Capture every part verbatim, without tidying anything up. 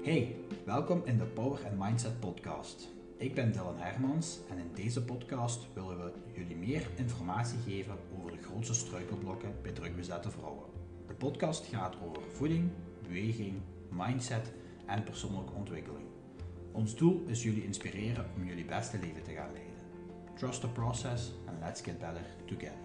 Hey, welkom in de Power and Mindset podcast. Ik ben Dylan Hermans en in deze podcast willen we jullie meer informatie geven over de grootste struikelblokken bij drukbezette vrouwen. De podcast gaat over voeding, beweging, mindset en persoonlijke ontwikkeling. Ons doel is jullie inspireren om jullie beste leven te gaan leiden. Trust the process and let's get better together.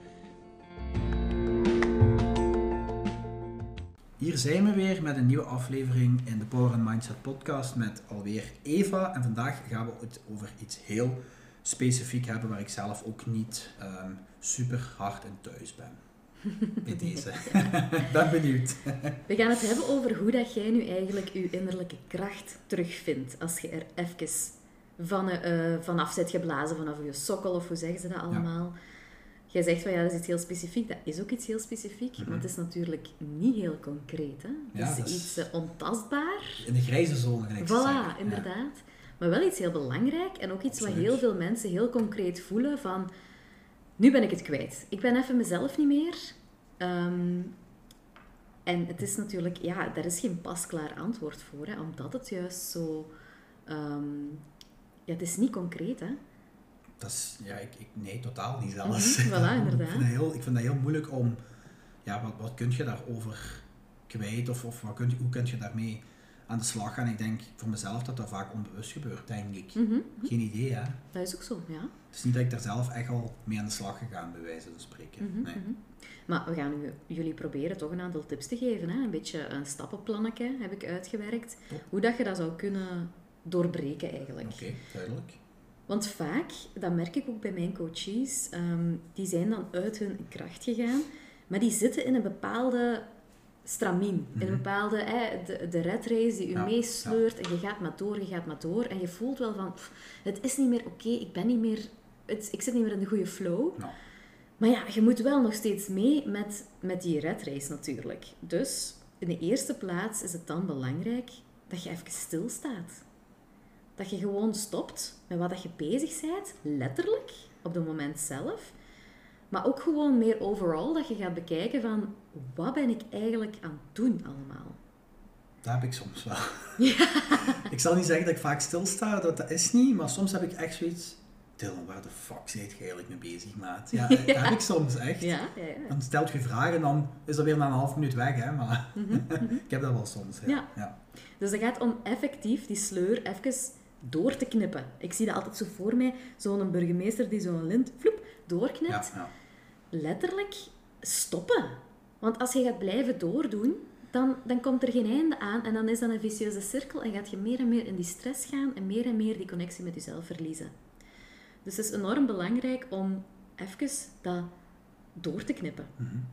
Hier zijn we weer met een nieuwe aflevering in de Power and Mindset podcast met alweer Eva. En vandaag gaan we het over iets heel specifiek hebben waar ik zelf ook niet um, super hard in thuis ben. Bij deze. Ben benieuwd. We gaan het hebben over hoe dat jij nu eigenlijk je innerlijke kracht terugvindt als je er even van, uh, vanaf zit geblazen, vanaf je sokkel of hoe zeggen ze dat allemaal. Ja. Jij zegt van ja, dat is iets heel specifiek. Dat is ook iets heel specifiek, mm-hmm. maar het is natuurlijk niet heel concreet. Hè? Het ja, is, is iets uh, ontastbaar. In de grijze zone, gelijk Voilà, zeggen. Inderdaad. Ja. Maar wel iets heel belangrijk en ook iets Absoluut. Wat heel veel mensen heel concreet voelen van nu ben ik het kwijt. Ik ben even mezelf niet meer. Um, en het is natuurlijk, ja, daar is geen pasklaar antwoord voor, hè, omdat het juist zo... Um, ja, het is niet concreet, hè. Dat is, ja, ik, ik, nee, totaal niet zelfs. Mm-hmm, voilà, inderdaad. Ik vind dat heel, ik vind dat heel moeilijk om... Ja, wat, wat kun je daarover kwijt? Of, of wat kun je, hoe kun je daarmee aan de slag gaan? Ik denk voor mezelf dat dat vaak onbewust gebeurt, denk ik. Mm-hmm. Geen idee, hè. Dat is ook zo, ja. Het is niet dat ik daar zelf echt al mee aan de slag gegaan, bij wijze van spreken. Mm-hmm, nee. mm-hmm. Maar we gaan nu jullie proberen toch een aantal tips te geven. Hè? Een beetje een stappenplannetje heb ik uitgewerkt. Top. Hoe dat je dat zou kunnen doorbreken eigenlijk. Oké, okay, duidelijk. Want vaak, dat merk ik ook bij mijn coaches, um, die zijn dan uit hun kracht gegaan, maar die zitten in een bepaalde stramien. Mm-hmm. In een bepaalde, hè, de, de red race die u ja, meesleurt ja. en je gaat maar door, je gaat maar door. En je voelt wel van, pff, het is niet meer oké, okay, ik ben niet meer, het, ik zit niet meer in de goede flow. No. Maar ja, je moet wel nog steeds mee met, met die red race natuurlijk. Dus in de eerste plaats is het dan belangrijk dat je even stilstaat. Dat je gewoon stopt met wat je bezig bent, letterlijk, op het moment zelf. Maar ook gewoon meer overal, dat je gaat bekijken van, wat ben ik eigenlijk aan het doen allemaal? Dat heb ik soms wel. Ja. Ik zal niet zeggen dat ik vaak stilsta, dat, dat is niet, maar soms heb ik echt zoiets... Dylan, waar de fuck zit je eigenlijk mee bezig, maat? Ja, ja. Dat heb ik soms echt. Ja, ja, ja. Dan stelt je vragen en dan is dat weer na een half minuut weg, hè. Maar mm-hmm, mm-hmm. Ik heb dat wel soms, ja. Ja. Ja. Dus het gaat om effectief die sleur even door te knippen. Ik zie dat altijd zo voor mij, zo'n burgemeester die zo'n lint vloep, doorknipt. Ja, ja. Letterlijk stoppen. Want als je gaat blijven doordoen, dan, dan komt er geen einde aan en dan is dat een vicieuze cirkel en gaat je meer en meer in die stress gaan en meer en meer die connectie met jezelf verliezen. Dus het is enorm belangrijk om even dat door te knippen. Mm-hmm.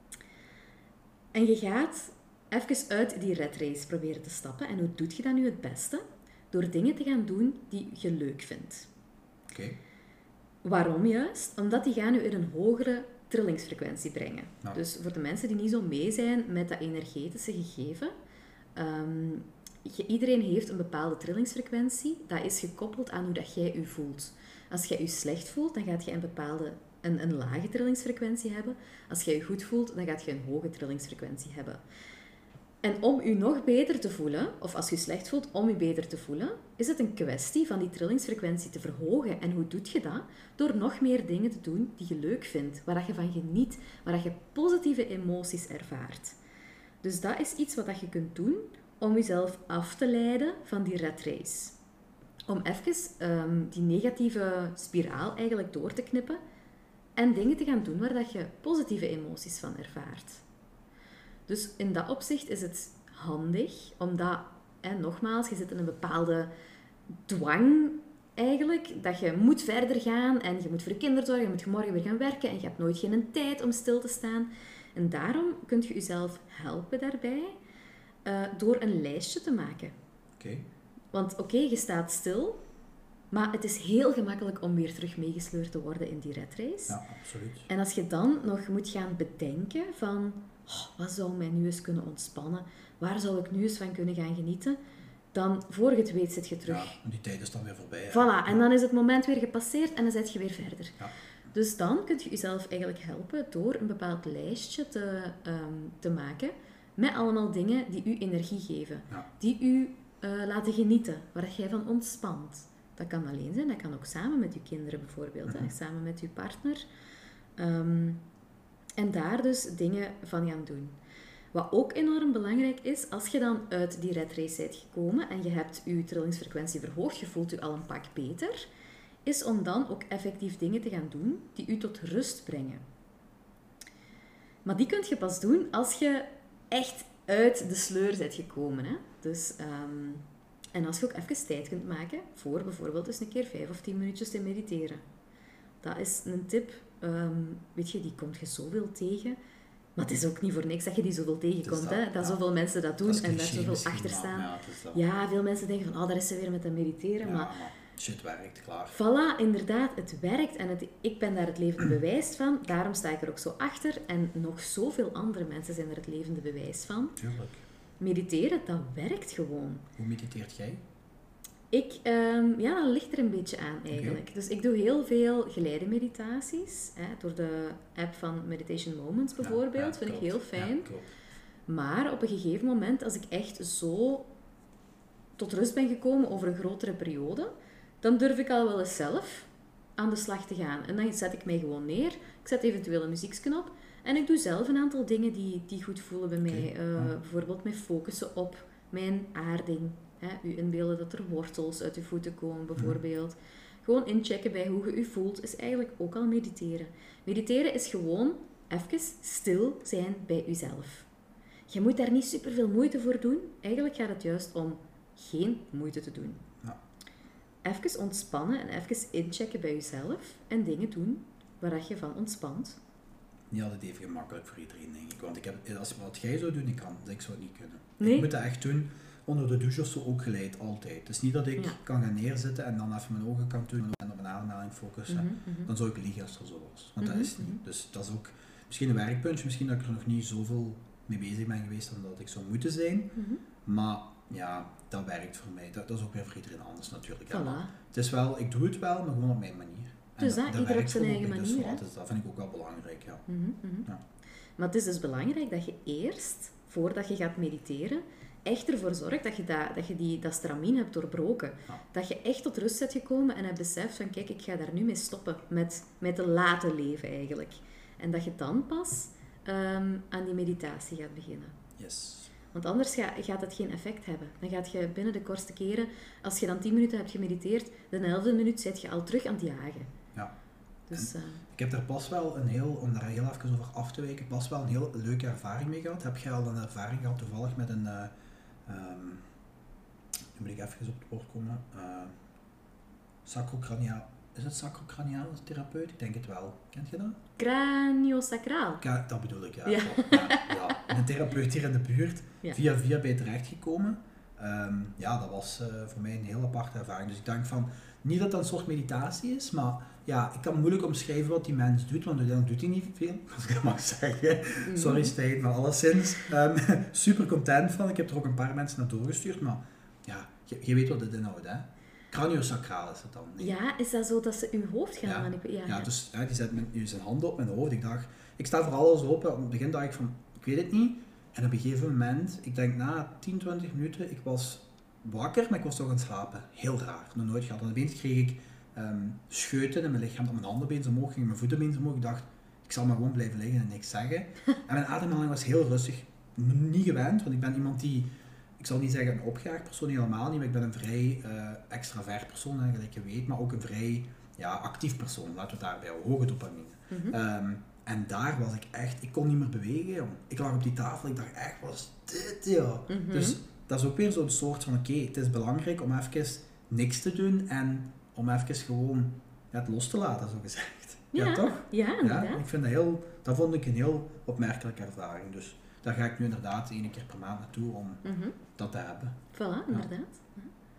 En je gaat even uit die red race proberen te stappen. En hoe doe je dat nu het beste? Door dingen te gaan doen die je leuk vindt. Okay. Waarom juist? Omdat die gaan je in een hogere trillingsfrequentie brengen. Nou. Dus voor de mensen die niet zo mee zijn met dat energetische gegeven... Um, je, iedereen heeft een bepaalde trillingsfrequentie. Dat is gekoppeld aan hoe dat jij je voelt. Als jij je slecht voelt, dan gaat je een bepaalde, een, een lage trillingsfrequentie hebben. Als jij je goed voelt, dan gaat je een hoge trillingsfrequentie hebben. En om je nog beter te voelen, of als je je slecht voelt, om je beter te voelen, is het een kwestie van die trillingsfrequentie te verhogen. En hoe doe je dat? Door nog meer dingen te doen die je leuk vindt, waar je van geniet, waar je positieve emoties ervaart. Dus dat is iets wat je kunt doen om jezelf af te leiden van die red race. Om even um, die negatieve spiraal eigenlijk door te knippen en dingen te gaan doen waar dat je positieve emoties van ervaart. Dus in dat opzicht is het handig, omdat, hè, nogmaals, je zit in een bepaalde dwang eigenlijk, dat je moet verder gaan en je moet voor je kinderen zorgen, je moet morgen weer gaan werken en je hebt nooit geen tijd om stil te staan. En daarom kun je jezelf helpen daarbij uh, door een lijstje te maken. Oké. Okay. Want oké, okay, je staat stil, maar het is heel gemakkelijk om weer terug meegesleurd te worden in die red race. Ja, absoluut. En als je dan nog moet gaan bedenken van, oh, wat zou mij nu eens kunnen ontspannen? Waar zou ik nu eens van kunnen gaan genieten? Dan, voor je het weet, zit je terug. Ja, die tijd is dan weer voorbij. Hè? Voilà, en dan is het moment weer gepasseerd en dan zit je weer verder. Ja. Dus dan kun je jezelf eigenlijk helpen door een bepaald lijstje te, um, te maken met allemaal dingen die u energie geven. Ja. Die u uh, laten genieten, waar jij van ontspant. Dat kan alleen zijn, dat kan ook samen met je kinderen bijvoorbeeld, mm-hmm. hè, samen met je partner. Um, en daar dus dingen van gaan doen. Wat ook enorm belangrijk is, als je dan uit die red race bent gekomen en je hebt je trillingsfrequentie verhoogd, je voelt je al een pak beter, is om dan ook effectief dingen te gaan doen die u tot rust brengen. Maar die kun je pas doen als je echt uit de sleur bent gekomen. Hè? Dus, um, en als je ook even tijd kunt maken voor bijvoorbeeld eens een keer vijf of tien minuutjes te mediteren. Dat is een tip. Um, weet je, die komt je zoveel tegen. Maar het is ook niet voor niks dat je die zoveel tegenkomt. Dat, hè? dat ja. zoveel mensen dat doen dat en daar zoveel achter staan. Ja, ja, veel mensen denken van, oh, daar is ze weer met dat mediteren. Ja, maar maar shit werkt, klaar. Voilà, inderdaad, het werkt. En het, ik ben daar het levende bewijs van. Daarom sta ik er ook zo achter. En nog zoveel andere mensen zijn er het levende bewijs van. Tuurlijk. Mediteren, dat werkt gewoon. Hoe mediteert jij? Ik, um, ja, dat ligt er een beetje aan eigenlijk. Okay. Dus ik doe heel veel geleide meditaties. Hè, door de app van Meditation Moments bijvoorbeeld. Ja, ja, vind klopt. ik heel fijn. Ja, maar op een gegeven moment, als ik echt zo tot rust ben gekomen over een grotere periode, dan durf ik al wel eens zelf aan de slag te gaan. En dan zet ik mij gewoon neer. Ik zet eventueel een muziekje op. En ik doe zelf een aantal dingen die, die goed voelen bij okay. mij. Uh, ja. Bijvoorbeeld mij focussen op mijn aarding. Hè, u inbeelden dat er wortels uit je voeten komen, bijvoorbeeld. Mm. Gewoon inchecken bij hoe je je voelt, is eigenlijk ook al mediteren. Mediteren is gewoon even stil zijn bij jezelf. Je moet daar niet superveel moeite voor doen. Eigenlijk gaat het juist om geen moeite te doen. Ja. Even ontspannen en even inchecken bij jezelf en dingen doen waar je van ontspant. Niet altijd even gemakkelijk voor iedereen, denk ik. Want ik heb, als wat jij zou doen, ik, kan, ik zou het niet kunnen. Nee? Ik moet dat echt doen. Onder de douche of zo ook geleid, altijd. Het is niet dat ik ja. kan gaan neerzitten en dan even mijn ogen kan doen en op mijn ademhaling focussen. Mm-hmm, mm-hmm. Dan zou ik liegen als er zo was. Want mm-hmm, dat is niet. Dus dat is ook misschien een werkpuntje. Misschien dat ik er nog niet zoveel mee bezig ben geweest dan dat ik zou moeten zijn. Mm-hmm. Maar ja, dat werkt voor mij. Dat, dat is ook weer voor iedereen anders natuurlijk. Voilà. Het is wel, ik doe het wel, maar gewoon op mijn manier. En dus dat, dat, dat ieder op zijn eigen mij, manier. Dus dat, dat vind ik ook wel belangrijk, ja. Mm-hmm, mm-hmm. ja. Maar het is dus belangrijk dat je eerst, voordat je gaat mediteren, echt ervoor zorgt dat je, dat, dat, je die, dat stramien hebt doorbroken. Ja. Dat je echt tot rust bent gekomen en hebt beseft van kijk, ik ga daar nu mee stoppen. Met, met te laten leven eigenlijk. En dat je dan pas um, aan die meditatie gaat beginnen. Yes. Want anders ga, gaat het geen effect hebben. Dan gaat je binnen de kortste keren, als je dan tien minuten hebt gemediteerd, de elfde minuut zit je al terug aan het jagen. Ja. Dus, uh, ik heb daar pas wel een heel, om daar heel even over af te wijken, pas wel een heel leuke ervaring mee gehad. Heb jij al een ervaring gehad toevallig met een, uh, um, nu moet ik even op het woord komen, uh, sacrocraniaal, is het sacrocraniaal therapeut? Ik denk het wel. Kent je dat? Craniosacraal. Ja, dat bedoel ik, ja. Ja. ja, ja. Een therapeut hier in de buurt, ja. via via bij terechtgekomen. Um, ja, dat was uh, voor mij een heel aparte ervaring. Dus ik denk van, niet dat dat een soort meditatie is, maar ja, ik kan moeilijk omschrijven wat die mens doet, want dan doet hij niet veel, als ik dat mag zeggen. Mm-hmm. Sorry Stijn, maar alleszins um, super content van. Ik heb er ook een paar mensen naar doorgestuurd, maar ja, je, je weet wat het inhoudt, hè. Craniosacraal is het dan. Nee. Ja, is dat zo dat ze uw hoofd gaan ja. manipuleren? Ja, ja, dus ja, die zet met, zijn handen op mijn hoofd. Ik dacht, ik sta voor alles open. Op het begin dacht ik van, ik weet het niet. En op een gegeven moment, ik denk na tien, twintig minuten, ik was wakker, maar ik was toch aan het slapen. Heel raar, nog nooit gehad. En opeens kreeg ik um, scheuten in mijn lichaam, dat mijn handenbeen omhoog ging, mijn voetenbeen omhoog. Ik dacht, ik zal maar gewoon blijven liggen en niks zeggen. En mijn ademhaling was heel rustig. Niet gewend, want ik ben iemand die, ik zal niet zeggen een opgejaagd persoon, helemaal niet, maar ik ben een vrij uh, extravert persoon, gelijk je weet, maar ook een vrij ja, actief persoon, laten we het daarbij houden, hoge dopamine. Mm-hmm. Um, en daar was ik echt, ik kon niet meer bewegen, jong. Ik lag op die tafel, ik dacht echt, wat is dit, joh? Mm-hmm. Dus dat is ook weer zo'n soort van, oké, okay, het is belangrijk om even niks te doen en om even gewoon ja, het los te laten, zo gezegd. Ja, ja toch? Ja, inderdaad. Ja, ik vind dat heel, dat vond ik een heel opmerkelijke ervaring. Dus daar ga ik nu inderdaad één keer per maand naartoe om mm-hmm. dat te hebben. Voilà, inderdaad. Ja.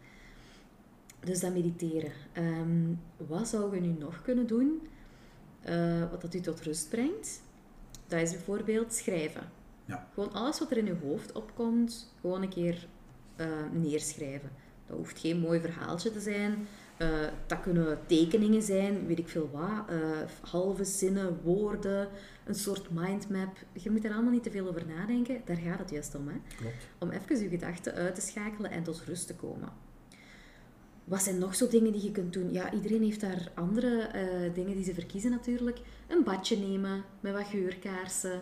Dus dat mediteren. Um, wat zou je nu nog kunnen doen, uh, wat dat u tot rust brengt? Dat is bijvoorbeeld schrijven. Ja. Gewoon alles wat er in je hoofd opkomt, gewoon een keer uh, neerschrijven. Dat hoeft geen mooi verhaaltje te zijn. Uh, dat kunnen tekeningen zijn, weet ik veel wat, uh, halve zinnen, woorden, een soort mindmap. Je moet er allemaal niet te veel over nadenken, daar gaat het juist om. Hè? Klopt. Om even je gedachten uit te schakelen en tot rust te komen. Wat zijn nog zo dingen die je kunt doen? Ja, iedereen heeft daar andere uh, dingen die ze verkiezen natuurlijk. Een badje nemen met wat geurkaarsen.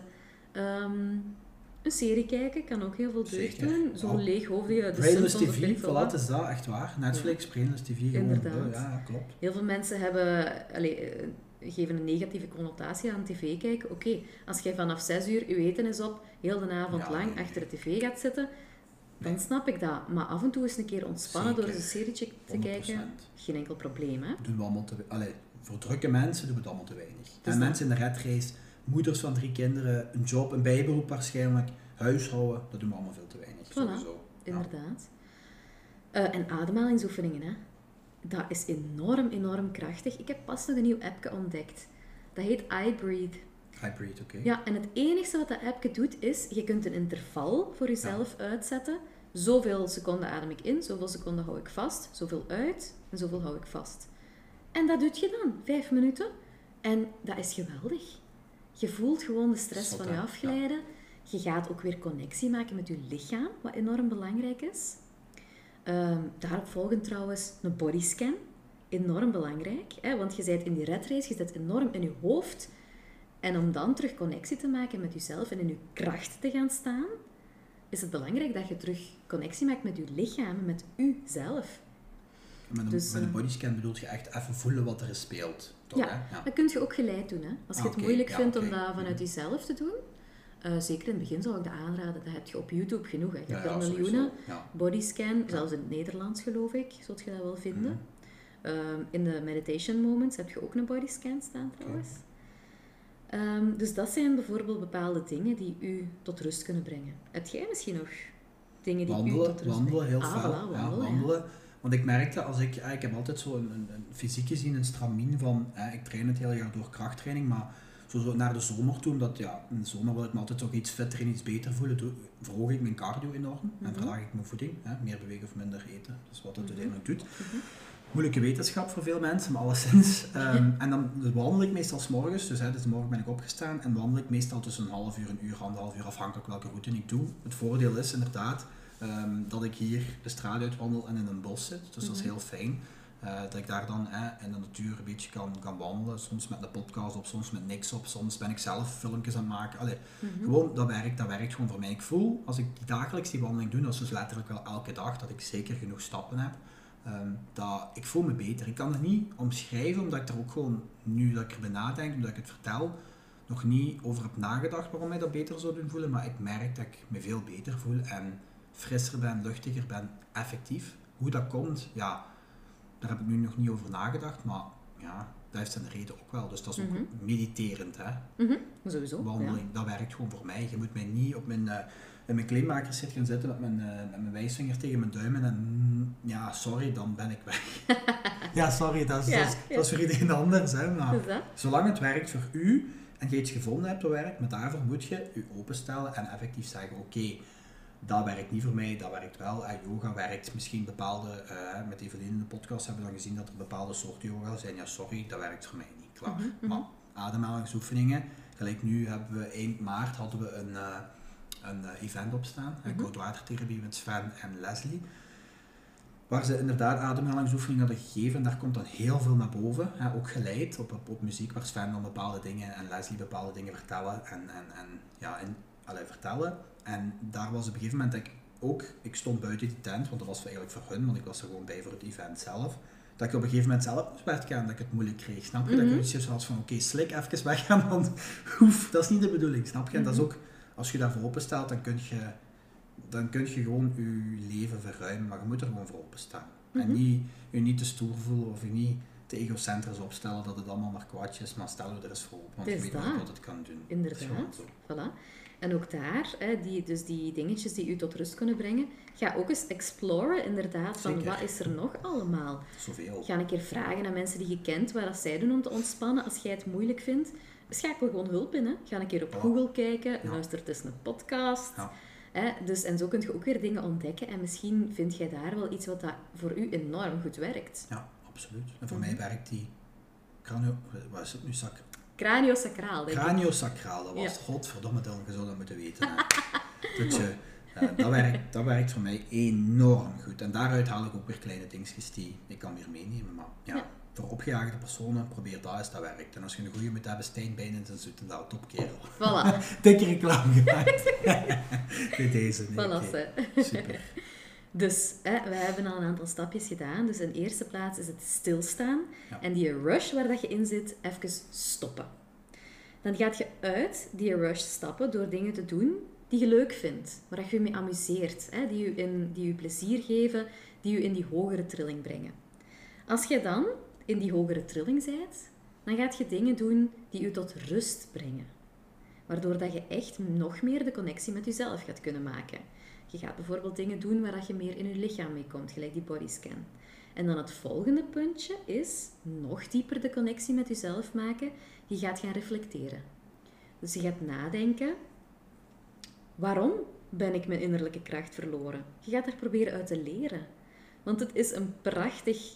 Um, een serie kijken kan ook heel veel deugd doen. Zo'n oh. leeghoofdige... Brainless T V, voilà, is dat echt waar. Netflix, ja. Brainless T V. Gewoon, inderdaad. Ja, klopt. Heel veel mensen hebben, allez, geven een negatieve connotatie aan tv kijken. Oké, okay, als jij vanaf zes uur je eten is op, heel de avond ja, lang nee. achter de tv gaat zitten, dan nee. snap ik dat. Maar af en toe eens een keer ontspannen Zeker. door eens een serietje te honderd procent. Kijken, geen enkel probleem. Hè? Doen we allemaal te, allez, voor drukke mensen doen we het allemaal te weinig. Dus en dat... mensen in de red race, moeders van drie kinderen, een job, een bijberoep waarschijnlijk, huishouden, dat doen we allemaal veel te weinig. Voilà, sowieso. Inderdaad. Ja. Uh, en ademhalingsoefeningen, hè. Dat is enorm, enorm krachtig. Ik heb pas nog een nieuw appje ontdekt. Dat heet iBreathe. iBreathe, oké. Okay. Ja, en het enige wat dat appje doet is, je kunt een interval voor jezelf ja. uitzetten. Zoveel seconden adem ik in, zoveel seconden hou ik vast, zoveel uit en zoveel hou ik vast. En dat doe je dan, vijf minuten. En dat is geweldig. Je voelt gewoon de stress Zot, van je afglijden. Ja. Je gaat ook weer connectie maken met je lichaam, wat enorm belangrijk is. Um, daarop volgend trouwens een bodyscan. Enorm belangrijk, hè? Want je bent in die red race, je zit enorm in je hoofd. En om dan terug connectie te maken met jezelf en in je kracht te gaan staan, is het belangrijk dat je terug connectie maakt met je lichaam, met jezelf. Met een, dus, met een bodyscan bedoel je echt even voelen wat er speelt. Toch, ja, hè? Ja, dat kun je ook geleid doen. Hè? Als je ah, het okay, moeilijk ja, vindt okay. om dat vanuit mm-hmm. jezelf te doen, uh, zeker in het begin zou ik dat aanraden. Dat heb je op YouTube genoeg. Hè. Je hebt ja, wel ja, miljoenen ja. bodyscan, ja. zelfs in het Nederlands geloof ik, zult je dat wel vinden. Mm-hmm. Um, in de meditation moments heb je ook een bodyscan staan trouwens. Okay. Um, dus dat zijn bijvoorbeeld bepaalde dingen die u tot rust kunnen brengen. Heb jij misschien nog dingen die wandelen, u tot rust wandelen, brengen? Heel ah, veel. Voilà, wandelen, ja, wandelen. Ja. Want ik merkte, als ik, ik heb altijd zo een, een, een fysiek gezien een stramien van, eh, ik train het hele jaar door krachttraining, maar zo, zo naar de zomer toe, omdat ja, in de zomer wil ik me altijd ook iets fitter en iets beter voelen, doe, verhoog ik mijn cardio enorm mm-hmm. en verlaag ik mijn voeding, hè, meer bewegen of minder eten, dat is wat het mm-hmm. uiteindelijk doet. Mm-hmm. Moeilijke wetenschap voor veel mensen, maar alleszins. Um, en dan wandel ik meestal 's morgens, dus, hè, dus morgen ben ik opgestaan en wandel ik meestal tussen een half uur, een uur, anderhalf uur, afhankelijk welke route ik doe. Het voordeel is inderdaad um, dat ik hier de straat uitwandel en in een bos zit, dus mm-hmm. dat is heel fijn. Uh, dat ik daar dan eh, in de natuur een beetje kan, kan wandelen, soms met een podcast op, soms met niks op, soms ben ik zelf filmpjes aan het maken. Allee, mm-hmm. Gewoon, dat werkt, dat werkt gewoon voor mij. Ik voel, als ik dagelijks die wandeling doe, dat is dus letterlijk wel elke dag, dat ik zeker genoeg stappen heb. Um, dat, ik voel me beter. Ik kan het niet omschrijven, omdat ik er ook gewoon, nu dat ik erbij nadenk, omdat ik het vertel, nog niet over heb nagedacht waarom mij dat beter zou doen voelen, maar ik merk dat ik me veel beter voel en frisser ben, luchtiger ben, effectief. Hoe dat komt, ja, daar heb ik nu nog niet over nagedacht, maar ja, dat heeft zijn reden ook wel. Dus dat is ook mm-hmm. mediterend, hè. Mm-hmm. Sowieso, wandeling, ja. Dat werkt gewoon voor mij. Je moet mij niet op mijn... Uh, in mijn kleedmakerszit gaan zitten met mijn, uh, met mijn wijsvinger tegen mijn duimen en mm, ja, sorry, dan ben ik weg. ja, sorry, dat is, ja, dat is, ja. dat is voor iedereen anders. Hè, maar zolang het werkt voor u en je iets gevonden hebt dat werkt, maar daarvoor moet je je openstellen en effectief zeggen, oké, okay, dat werkt niet voor mij, dat werkt wel. En yoga werkt misschien bepaalde, uh, met Evelien in de podcast hebben we dan gezien dat er bepaalde soorten yoga zijn. Ja, sorry, dat werkt voor mij niet, klaar. Mm-hmm. Maar ademhalingsoefeningen, gelijk nu hebben we eind maart hadden we een... Uh, een uh, event opstaan, mm-hmm. koudwatertherapie met Sven en Leslie, waar ze inderdaad ademhalingsoefeningen hadden gegeven en daar komt dan heel veel naar boven, hè, ook geleid op, op, op muziek waar Sven dan bepaalde dingen en Leslie bepaalde dingen vertellen en, en, en ja, en, allee, vertellen. En daar was op een gegeven moment dat ik ook, ik stond buiten die tent, want dat was eigenlijk voor hun, want ik was er gewoon bij voor het event zelf, dat ik op een gegeven moment zelf werd gaan, dat ik het moeilijk kreeg, snap je? Mm-hmm. Dat ik iets had van, oké, okay, slik even weggaan, want oef, dat is niet de bedoeling, snap je? En mm-hmm. dat is ook, als je daarvoor openstelt, dan kun je, dan kun je gewoon je leven verruimen, maar je moet er gewoon voor openstaan. Mm-hmm. En niet, je niet te stoer voelen of je niet te egocentrisch opstellen dat het allemaal maar kwaadjes is, maar stel je er eens voor op, want je weet wel wat het kan doen. Inderdaad, voilà. En ook daar, hè, die, dus die dingetjes die u tot rust kunnen brengen, ga ook eens exploren inderdaad, van Zeker. Wat is er nog allemaal. Zoveel. Ga een keer vragen aan mensen die je kent, wat dat zij doen om te ontspannen, als jij het moeilijk vindt. Schakel gewoon hulp in. Hè. Ga een keer op ja. Google kijken, ja. luister eens een podcast. Ja. Hè. Dus, en zo kun je ook weer dingen ontdekken. En misschien vind jij daar wel iets wat dat voor u enorm goed werkt. Ja, absoluut. En voor mm-hmm. mij werkt die cranio... Wat is het nu? Sac... Craniosacraal, denk ik. Craniosacraal, dat was het. Ja. Godverdomme, Dylan, je zou dat moeten weten. dat, je, uh, dat, werkt, dat werkt voor mij enorm goed. En daaruit haal ik ook weer kleine dingetjes die ik kan weer meenemen. Maar ja, ja. voor opgejaagde personen, probeer dat eens, dat werkt. En als je een goede moet hebben, Stijn Bijnen, dan zit dat topkerel. Voilà. Dikke reclame gemaakt. Bij deze. Nee, voilà, okay. Super. Dus hè, wij hebben al een aantal stapjes gedaan. Dus in eerste plaats is het stilstaan. Ja. En die rush waar dat je in zit, even stoppen. Dan gaat je uit die rush stappen door dingen te doen die je leuk vindt. Waar je je mee amuseert. Hè, die, je in, die je plezier geven. Die je in die hogere trilling brengen. Als je dan in die hogere trilling bent, dan gaat je dingen doen die je tot rust brengen. Waardoor dat je echt nog meer de connectie met jezelf gaat kunnen maken. Je gaat bijvoorbeeld dingen doen waar je meer in je lichaam mee komt, gelijk die bodyscan. En dan het volgende puntje is nog dieper de connectie met jezelf maken. Je gaat gaan reflecteren. Dus je gaat nadenken, waarom ben ik mijn innerlijke kracht verloren? Je gaat daar proberen uit te leren. Want het is een prachtig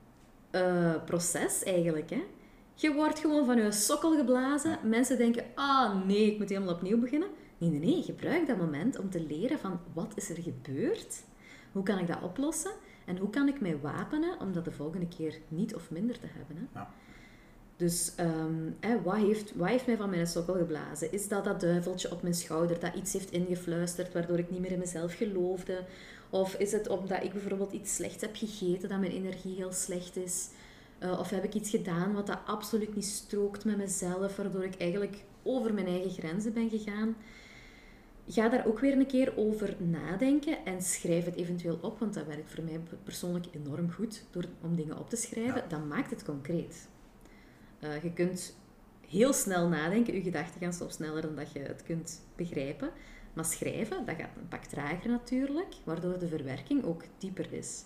uh, proces eigenlijk, hè? Je wordt gewoon van je sokkel geblazen. Mensen denken, ah nee, ik moet helemaal opnieuw beginnen. Nee, nee, nee. Gebruik dat moment om te leren van wat is er gebeurd? Hoe kan ik dat oplossen? En hoe kan ik mij wapenen om dat de volgende keer niet of minder te hebben? Hè? Ja. Dus um, hè, wat, heeft, wat heeft mij van mijn sokkel geblazen? Is dat dat duiveltje op mijn schouder dat iets heeft ingefluisterd waardoor ik niet meer in mezelf geloofde? Of is het omdat ik bijvoorbeeld iets slechts heb gegeten, dat mijn energie heel slecht is? Uh, of heb ik iets gedaan wat dat absoluut niet strookt met mezelf, waardoor ik eigenlijk over mijn eigen grenzen ben gegaan? Ga daar ook weer een keer over nadenken en schrijf het eventueel op, want dat werkt voor mij persoonlijk enorm goed door, om dingen op te schrijven. Ja. Dat maakt het concreet. Uh, je kunt heel snel nadenken, je gedachten gaan soms sneller dan dat je het kunt begrijpen. Maar schrijven, dat gaat een pak trager natuurlijk, waardoor de verwerking ook dieper is.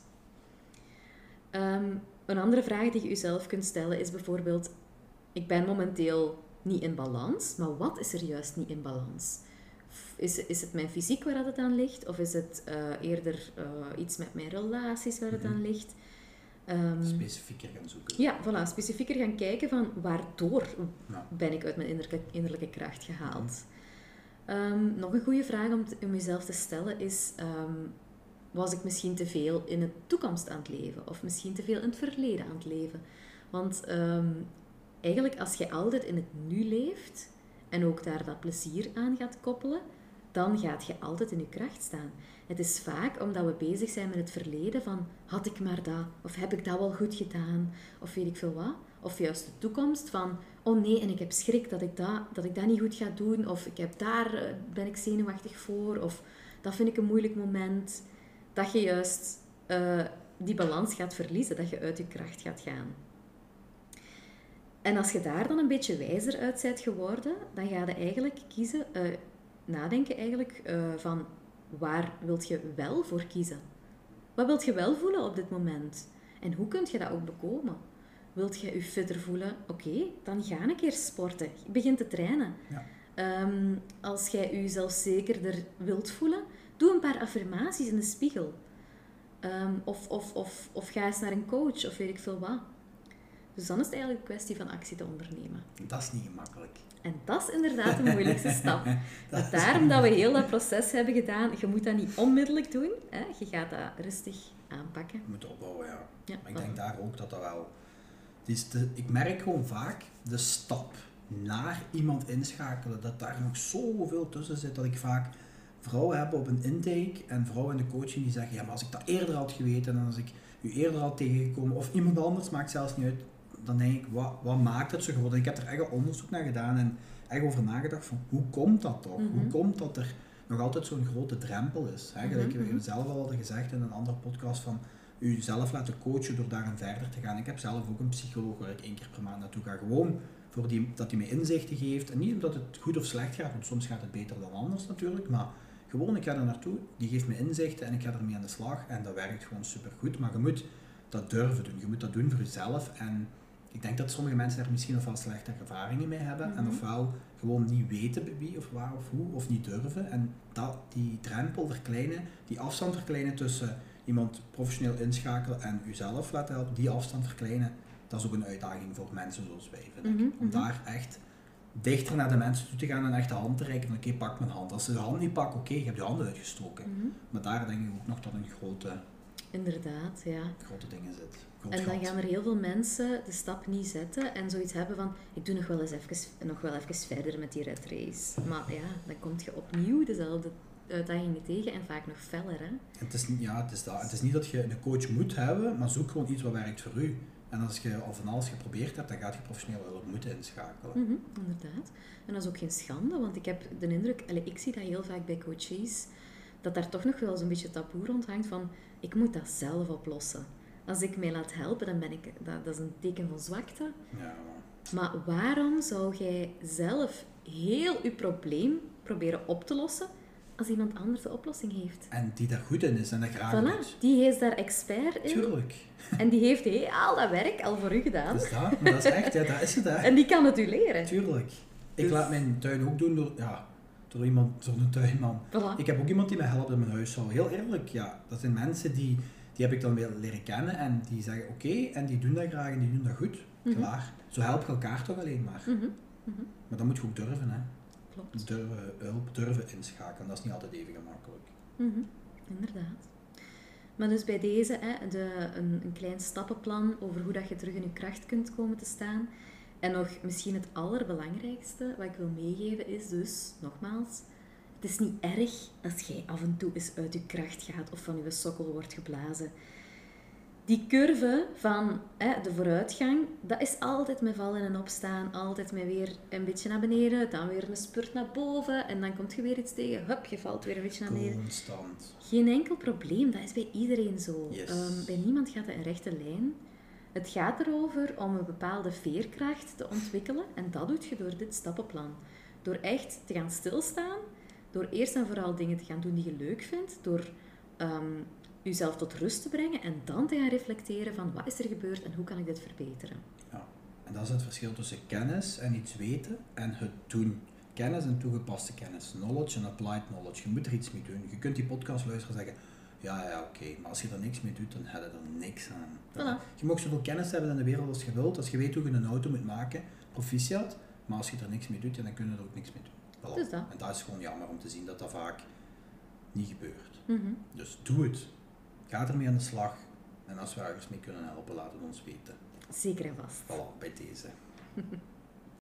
Um, een andere vraag die je jezelf kunt stellen is bijvoorbeeld, ik ben momenteel niet in balans, maar wat is er juist niet in balans? Is, is het mijn fysiek waar het aan ligt? Of is het uh, eerder uh, iets met mijn relaties waar het mm-hmm. aan ligt? Um, specifieker gaan zoeken. Ja, voilà. Specifieker gaan kijken van waardoor ja. ben ik uit mijn innerlijke, innerlijke kracht gehaald. Mm-hmm. Um, nog een goede vraag om, te, om jezelf te stellen is, um, was ik misschien te veel in de toekomst aan het leven? Of misschien te veel in het verleden aan het leven? Want um, eigenlijk als je altijd in het nu leeft en ook daar dat plezier aan gaat koppelen, dan gaat je altijd in je kracht staan. Het is vaak omdat we bezig zijn met het verleden van, had ik maar dat, of heb ik dat wel goed gedaan, of weet ik veel wat. Of juist de toekomst van, oh nee, en ik heb schrik dat ik dat, dat ik dat niet goed ga doen, of ik heb daar, ben ik zenuwachtig voor, of dat vind ik een moeilijk moment. Dat je juist uh, die balans gaat verliezen, dat je uit je kracht gaat gaan. En als je daar dan een beetje wijzer uit bent geworden, dan ga je eigenlijk kiezen, uh, nadenken eigenlijk uh, van waar wilt je wel voor kiezen? Wat wilt je wel voelen op dit moment? En hoe kun je dat ook bekomen? Wilt je je fitter voelen? Oké, okay, dan ga een keer sporten. Je begint te trainen. Ja. Um, als jij je zelfzekerder wilt voelen, doe een paar affirmaties in de spiegel. Um, of, of, of, of ga eens naar een coach of weet ik veel wat. Dus dan is het eigenlijk een kwestie van actie te ondernemen. Dat is niet gemakkelijk. En dat is inderdaad de moeilijkste stap. dat daarom dat we heel dat proces hebben gedaan. Je moet dat niet onmiddellijk doen. Hè? Je gaat dat rustig aanpakken. Je moet opbouwen, ja. ja maar ik denk daar ook dat dat wel... Het is de, ik merk gewoon vaak de stap naar iemand inschakelen, dat daar nog zoveel tussen zit, dat ik vaak vrouwen heb op een intake en vrouwen in de coaching die zeggen, ja, maar als ik dat eerder had geweten en als ik u eerder had tegengekomen, of iemand anders, maakt zelfs niet uit, dan denk ik, wat, wat maakt het zo geworden? Ik heb er echt onderzoek naar gedaan en echt over nagedacht van, hoe komt dat toch? Mm-hmm. Hoe komt dat er nog altijd zo'n grote drempel is? Hè? Gelijk mm-hmm. we zelf al hadden gezegd in een andere podcast van, u zelf laten coachen door daarin verder te gaan. Ik heb zelf ook een psycholoog waar ik één keer per maand naartoe ga, gewoon voor die, dat hij me inzichten geeft. En niet omdat het goed of slecht gaat, want soms gaat het beter dan anders natuurlijk, maar gewoon, ik ga er naartoe, die geeft me inzichten en ik ga ermee aan de slag en dat werkt gewoon supergoed. Maar je moet dat durven doen, je moet dat doen voor jezelf en ik denk dat sommige mensen daar misschien ofwel slechte ervaringen mee hebben mm-hmm. en ofwel gewoon niet weten wie of waar of hoe of niet durven en dat, die drempel verkleinen, die afstand verkleinen tussen iemand professioneel inschakelen en uzelf laten helpen, die afstand verkleinen, dat is ook een uitdaging voor mensen zoals wij, vind ik. Mm-hmm, Om daar echt dichter naar de mensen toe te gaan en echt de hand te reiken van oké, okay, pak mijn hand. Als ze de hand niet pakken, oké, okay, je hebt je handen uitgestoken. Mm-hmm. Maar daar denk ik ook nog dat een grote, Inderdaad, ja. grote dingen zit. Groot En dan gat. gaan er heel veel mensen de stap niet zetten en zoiets hebben van ik doe nog wel eens even, nog wel even verder met die red race. Maar ja, dan kom je opnieuw dezelfde uitdagingen tegen en vaak nog feller. Hè? En het, is niet, ja, het, is dat. Het is niet dat je een coach moet hebben, maar zoek gewoon iets wat werkt voor u. En als je al van alles geprobeerd hebt, dan gaat je professioneel hulp moeten inschakelen. Mm-hmm, inderdaad. En dat is ook geen schande, want ik heb de indruk, allez, ik zie dat heel vaak bij coaches, dat daar toch nog wel zo'n beetje taboe rond hangt van ik moet dat zelf oplossen. Als ik mij laat helpen, dan ben ik, dat, dat is een teken van zwakte. Ja, maar waarom zou jij zelf heel je probleem proberen op te lossen als iemand anders de oplossing heeft? en die daar goed in is en dat graag Voilà, doet. die is daar expert in. Tuurlijk. En die heeft heel al dat werk al voor u gedaan. Dat is dat, maar dat is echt, ja, dat is het. Hè. En die kan het u leren. Tuurlijk. Ik Dus- laat mijn tuin ook doen door, ja, door iemand, door een tuinman. Voilà. Ik heb ook iemand die mij helpt in mijn huishouden. Heel eerlijk, ja. Dat zijn mensen die, die heb ik dan weer leren kennen en die zeggen oké, en die doen dat graag en die doen dat goed. Mhm. Klaar. Zo help je elkaar toch alleen maar. Mhm, mhm, Maar dan moet je ook durven, hè. Klopt. Durven, hulp, durven inschakelen. Dat is niet altijd even gemakkelijk. Mhm, Inderdaad. Maar dus bij deze, hè, de, een, een klein stappenplan over hoe dat je terug in je kracht kunt komen te staan. En nog misschien het allerbelangrijkste wat ik wil meegeven is dus, nogmaals, het is niet erg als jij af en toe eens uit je kracht gaat of van je sokkel wordt geblazen. Die curve van hè, de vooruitgang, dat is altijd met vallen en opstaan. Altijd met weer een beetje naar beneden, dan weer een spurt naar boven. En dan komt je weer iets tegen, hup, je valt weer een beetje naar beneden. Constant. Geen enkel probleem, dat is bij iedereen zo. Yes. Um, bij niemand gaat dat een rechte lijn. Het gaat erover om een bepaalde veerkracht te ontwikkelen. En dat doe je door dit stappenplan. Door echt te gaan stilstaan. Door eerst en vooral dingen te gaan doen die je leuk vindt. Door um, jezelf tot rust te brengen. En dan te gaan reflecteren van wat is er gebeurd en hoe kan ik dit verbeteren. Ja. En dat is het verschil tussen kennis en iets weten en het doen. Kennis en toegepaste kennis. Knowledge en applied knowledge. Je moet er iets mee doen. Je kunt die podcast luisteren en zeggen, ja, ja, oké. Okay. Maar als je er niks mee doet, dan heb je er niks aan. Voilà. Je mag zoveel kennis hebben in de wereld als je wilt. Als je weet hoe je een auto moet maken, proficiat. Maar als je er niks mee doet, ja, dan kun je er ook niks mee doen. Voilà. Dus dat. En dat is gewoon jammer om te zien dat dat vaak niet gebeurt. Mm-hmm. Dus doe het. Ga ermee aan de slag. En als we ergens mee kunnen helpen, laat het ons weten. Zeker en vast. Voilà, bij deze.